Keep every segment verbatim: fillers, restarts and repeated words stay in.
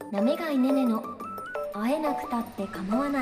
なめがいねねの会えなくたって構わない。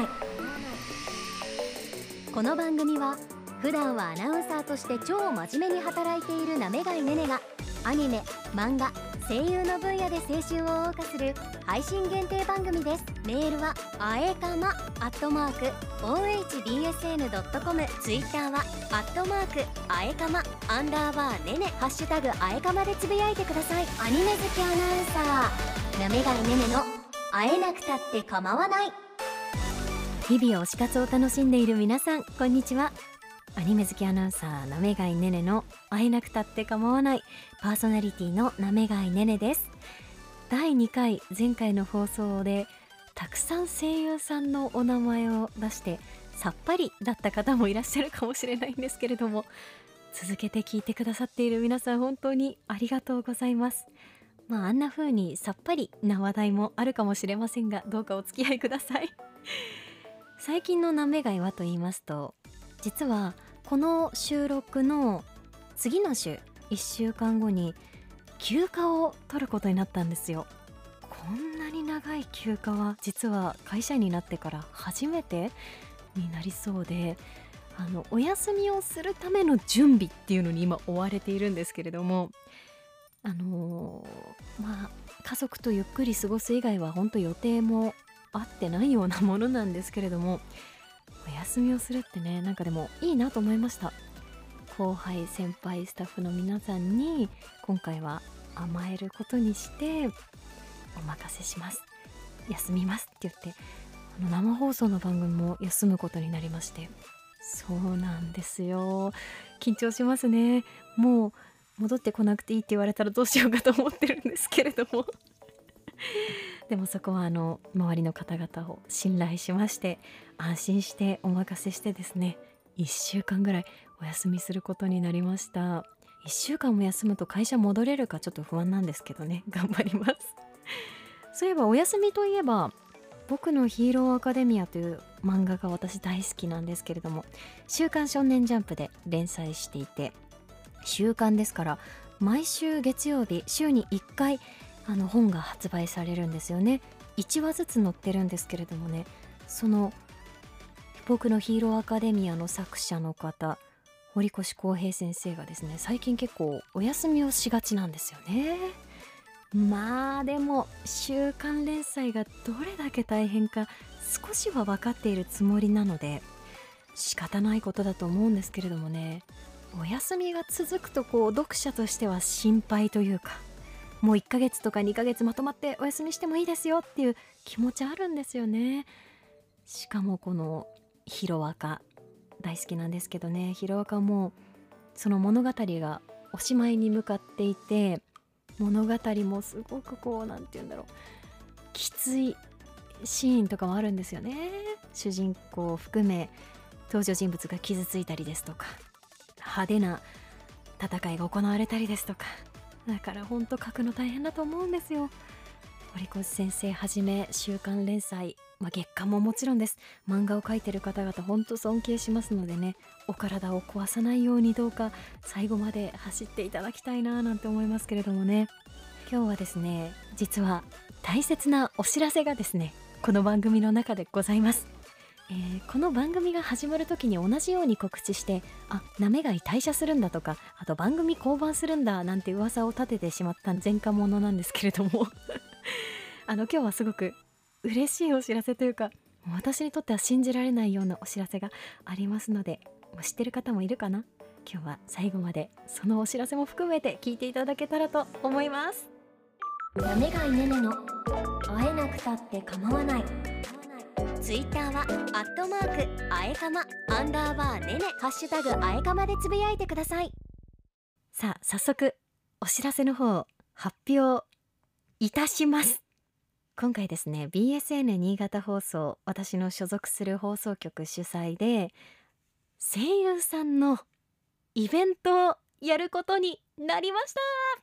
この番組は普段はアナウンサーとして超真面目に働いているなめがいねねがアニメ、漫画、声優の分野で青春を謳歌する配信限定番組です。メールはあえかまアットマーク オーエイチビーエスエヌドットコム、 ツイッターはアットマークあえかまアンダーバーねね、ハッシュタグあえかまでつぶやいてください。アニメ好きアナウンサーなめがいねねの会えなくたって構わない。日々推し活を楽しんでいる皆さん、こんにちは。アニメ好きアナウンサーなめがいねねの会えなくたって構わないパーソナリティのなめがいねねです。だいにかい、前回の放送でたくさん声優さんのお名前を出してさっぱりだった方もいらっしゃるかもしれないんですけれども、続けて聞いてくださっている皆さん、本当にありがとうございます。まあ、あんな風にさっぱりな話題もあるかもしれませんが、どうかお付き合いください。最近のなめがいはと言いますと、実はこの収録の次の週いっしゅうかんごに休暇を取ることになったんですよ。こんなに長い休暇は実は会社員になってから初めてになりそうで、あのお休みをするための準備っていうのに今追われているんですけれども、あのー、まあ家族とゆっくり過ごす以外は本当予定も合ってないようなものなんですけれども、お休みをするってね、なんかでもいいなと思いました。後輩先輩スタッフの皆さんに今回は甘えることにしてお任せします、休みますって言って、あの生放送の番組も休むことになりまして、そうなんですよ。緊張しますね。もう戻ってこなくていいって言われたらどうしようかと思ってるんですけれどもでもそこはあの周りの方々を信頼しまして、安心してお任せしてですね、いっしゅうかんぐらいお休みすることになりました。いっしゅうかんも休むと会社戻れるかちょっと不安なんですけどね、頑張ります。そういえばお休みといえば、僕のヒーローアカデミアという漫画が私大好きなんですけれども、週刊少年ジャンプで連載していて、週刊ですから毎週月曜日週にいっかいあの本が発売されるんですよね。いちわずつ載ってるんですけれどもね、その僕のヒーローアカデミアの作者の方、堀越康平先生がですね、最近結構お休みをしがちなんですよね。まあでも週刊連載がどれだけ大変か少しは分かっているつもりなので仕方ないことだと思うんですけれどもね、お休みが続くとこう読者としては心配というか、もういっかげつとかにかげつまとまってお休みしてもいいですよっていう気持ちあるんですよね。しかもこのヒロアカ大好きなんですけどね、ヒロアカもその物語がおしまいに向かっていて、物語もすごくこうなんて言うんだろう、きついシーンとかもあるんですよね。主人公を含め登場人物が傷ついたりですとか、派手な戦いが行われたりですとか、だからほんと書くの大変だと思うんですよ。堀越先生はじめ週刊連載、まあ、月刊ももちろんです。漫画を描いてる方々ほんと尊敬しますのでね、お体を壊さないようにどうか最後まで走っていただきたいななんて思いますけれどもね。今日はですね、実は大切なお知らせがですね、この番組の中でございます。えー、この番組が始まる時に同じように告知して、あ、なめがい退社するんだとか、あと番組降板するんだなんて噂を立ててしまった前科者なんですけれどもあの今日はすごく嬉しいお知らせというか、私にとっては信じられないようなお知らせがありますので、知ってる方もいるかな。今日は最後までそのお知らせも含めて聞いていただけたらと思います。なめがいねねの会えなくたって構わない。ツイッターはアットマークあえかまアンダーバーねね、ハッシュタグあえかまでつぶやいてください。さあ早速お知らせの方発表いたします。今回ですね、 ビーエスエヌ 新潟放送、私の所属する放送局主催で声優さんのイベントをやることになりました。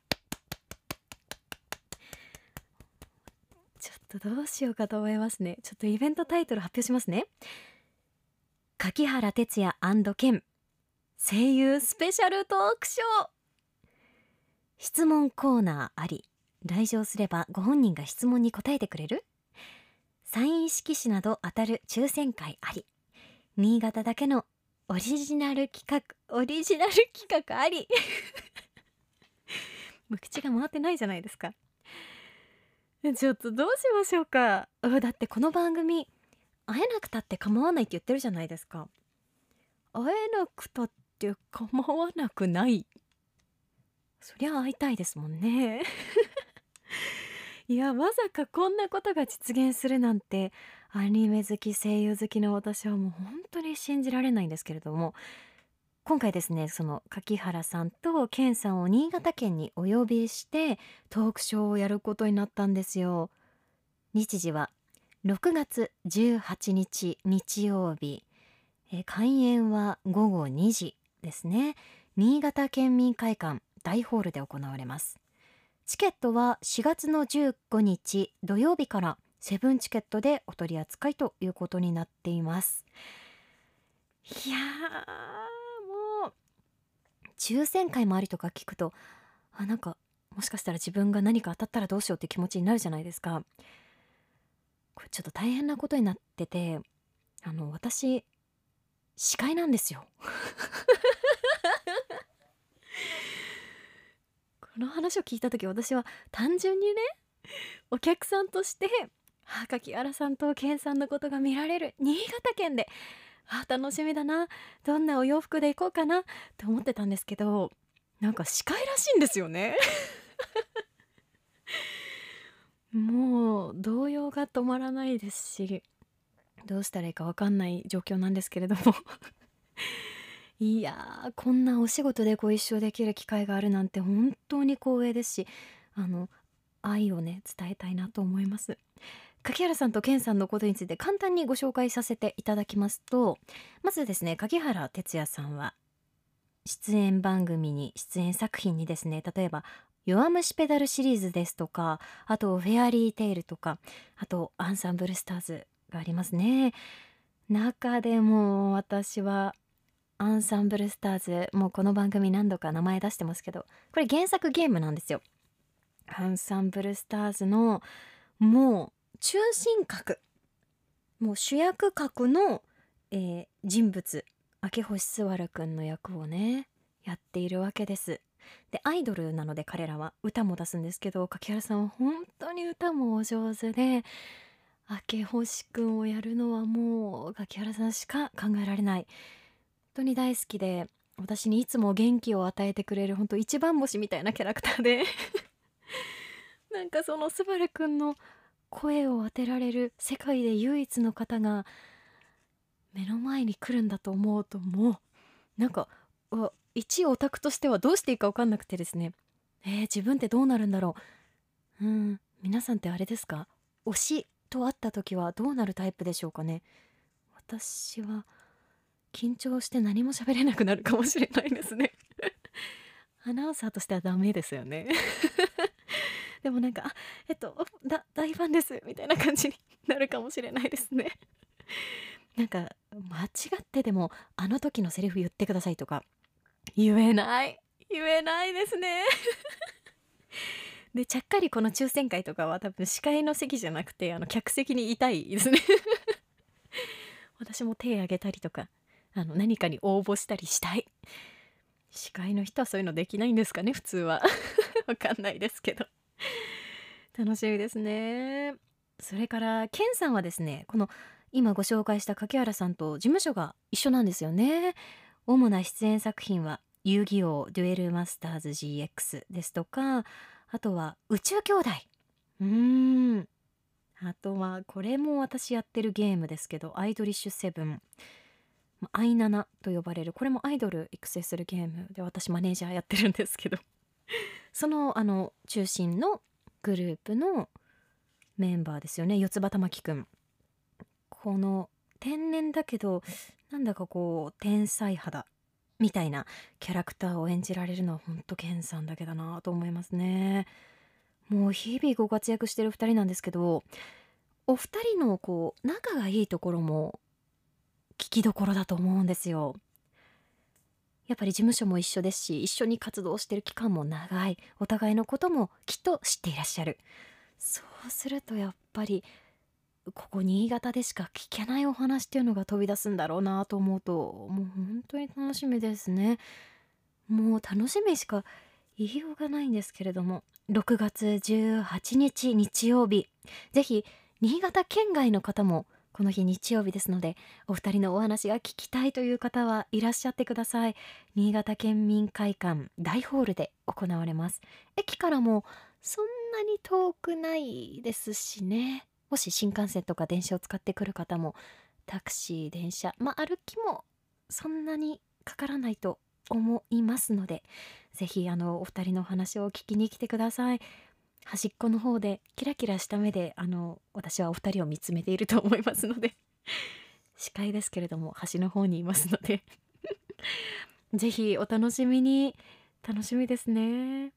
ちょっとどうしようかと思いますね。ちょっとイベントタイトル発表しますね。柿原哲也&健声優スペシャルトークショー、質問コーナーあり、 来場すればご本人が質問に答えてくれる。サイン色紙など当たる抽選会あり。新潟だけのオリジナル企画オリジナル企画ありもう口が回ってないじゃないですか。ちょっとどうしましょうか。だってこの番組会えなくたって構わないって言ってるじゃないですか。会えなくたって構わなくない。そりゃ会いたいですもんねいや、まさかこんなことが実現するなんて、アニメ好き声優好きの私はもう本当に信じられないんですけれども、今回ですね、その柿原さんと健さんを新潟県にお呼びしてトークショーをやることになったんですよ。日時はろくがつじゅうはちにち日曜日、えー開演はごごにじですね。新潟県民会館大ホールで行われます。チケットはしがつのじゅうごにち土曜日からセブンチケットでお取り扱いということになっています。いやー、もう抽選会もありとか聞くと、あ、なんかもしかしたら自分が何か当たったらどうしようって気持ちになるじゃないですか。これちょっと大変なことになってて、あの私司会なんですよこの話を聞いた時、私は単純にね、お客さんとしてあ柿原さんと健さんのことが見られる新潟県で、あ楽しみだな、どんなお洋服で行こうかなって思ってたんですけど、なんか司会らしいんですよねもう動揺が止まらないですし、どうしたらいいか分かんない状況なんですけれどもいやー、こんなお仕事でご一緒できる機会があるなんて本当に光栄ですし、あの愛をね伝えたいなと思います。柿原さんと健さんのことについて簡単にご紹介させていただきますと、まずですね、柿原哲也さんは出演番組に出演作品にですね、例えば弱虫ペダルシリーズですとか、あとフェアリーテイルとか、あとアンサンブルスターズがありますね。中でも私はアンサンブルスターズ、もうこの番組何度か名前出してますけど、これ原作ゲームなんですよ。アンサンブルスターズのもう中心格、もう主役格の、えー人物、明星すわるくんの役をねやっているわけです。でアイドルなので彼らは歌も出すんですけど、柿原さんは本当に歌もお上手で、明星くんをやるのはもう柿原さんしか考えられない。本当に大好きで、私にいつも元気を与えてくれる本当一番星みたいなキャラクターでなんかそのすばるくんの声を当てられる世界で唯一の方が目の前に来るんだと思うと、もうなんかわ一オタクとしてはどうしていいか分かんなくてですね、えー、自分ってどうなるんだろう。うん皆さんってあれですか、推しと会った時はどうなるタイプでしょうかね。私は緊張して何も喋れなくなるかもしれないですねアナウンサーとしてはダメですよねでもなんかあえっとだ大ファンですみたいな感じになるかもしれないですねなんか間違ってでもあの時のセリフ言ってくださいとか言えない言えないですねでちゃっかりこの抽選会とかは多分司会の席じゃなくてあの客席にいたいですね私も手挙げたりとか、あの何かに応募したりしたい。司会の人はそういうのできないんですかね普通はわかんないですけど、楽しみですね。それからケンさんはですね、この今ご紹介した柿原さんと事務所が一緒なんですよね。主な出演作品は遊戯王デュエルマスターズ ジーエックス ですとか、あとは宇宙兄弟、うーんあとはこれも私やってるゲームですけど、アイドリッシュセブン、アイナナと呼ばれる、これもアイドル育成するゲームで私マネージャーやってるんですけどそのあの中心のグループのメンバーですよね、四つ葉玉木くん。この天然だけどなんだかこう天才肌みたいなキャラクターを演じられるのはほんとケンさんだけだなと思いますね。もう日々ご活躍してるふたりなんですけど、お二人のこう仲がいいところも聞きどころだと思うんですよ。 やっぱり事務所も一緒ですし、一緒に活動してる期間も長い、お互いのこともきっと知っていらっしゃる。そうするとやっぱりここ新潟でしか聞けないお話っていうのが飛び出すんだろうなと思うと、もう本当に楽しみですね。もう楽しみしか言いようがないんですけれども、ろくがつじゅうはちにち日曜日、ぜひ新潟県外の方もこの日日曜日ですので、お二人のお話が聞きたいという方はいらっしゃってください。新潟県民会館大ホールで行われます。駅からもそんなに遠くないですしね。もし新幹線とか電車を使ってくる方も、タクシー、電車、まあ歩きもそんなにかからないと思いますので、ぜひあのお二人のお話を聞きに来てください。端っこの方でキラキラした目であの私はお二人を見つめていると思いますので視界ですけれども端の方にいますのでぜひお楽しみに。楽しみですね。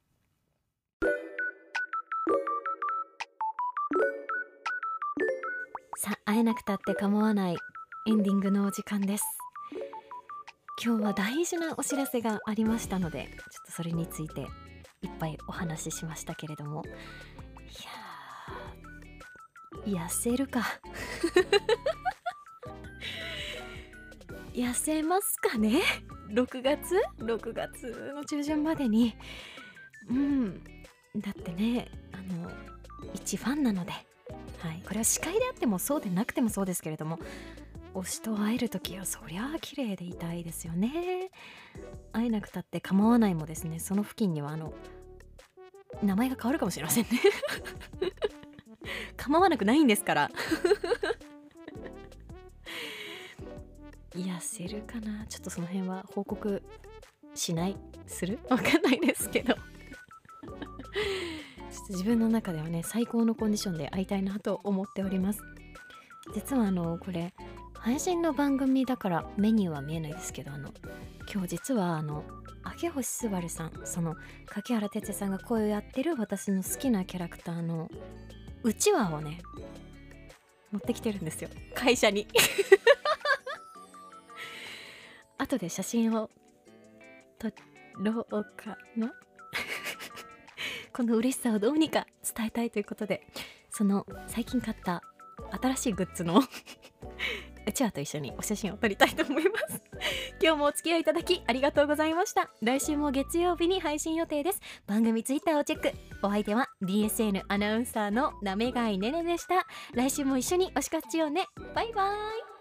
さあ、会えなくたって構わないエンディングのお時間です。今日は大事なお知らせがありましたので、ちょっとそれについていっぱいお話ししましたけれども、いやー痩せるか痩せますかね。ろくがつろくがつの中旬までに。うんだってね、あの一ファンなので、はい、これは司会であってもそうでなくてもそうですけれども、推しと会えるときはそりゃあ綺麗でいたいですよね。会えなくたって構わないもですね、その付近にはあの名前が変わるかもしれませんね構わなくないんですから痩せるかな、ちょっとその辺は報告しないするわかんないですけどちょっと自分の中ではね、最高のコンディションで会いたいなと思っております。実はあのこれ配信の番組だからメニューは見えないですけど、あの今日実はあの明星すばるさん、その柿原哲也さんが声をやってる私の好きなキャラクターのうちわをね持ってきてるんですよ、会社に後で写真を撮ろうかなこの嬉しさをどうにか伝えたいということで、その最近買った新しいグッズのうちわと一緒にお写真を撮りたいと思います今日もお付き合いいただきありがとうございました。来週も月曜日に配信予定です。番組ツイッターをチェック。お相手は ディーエスエヌ アナウンサーのなめがいねねでした。来週も一緒に推し活しようね。バイバイ。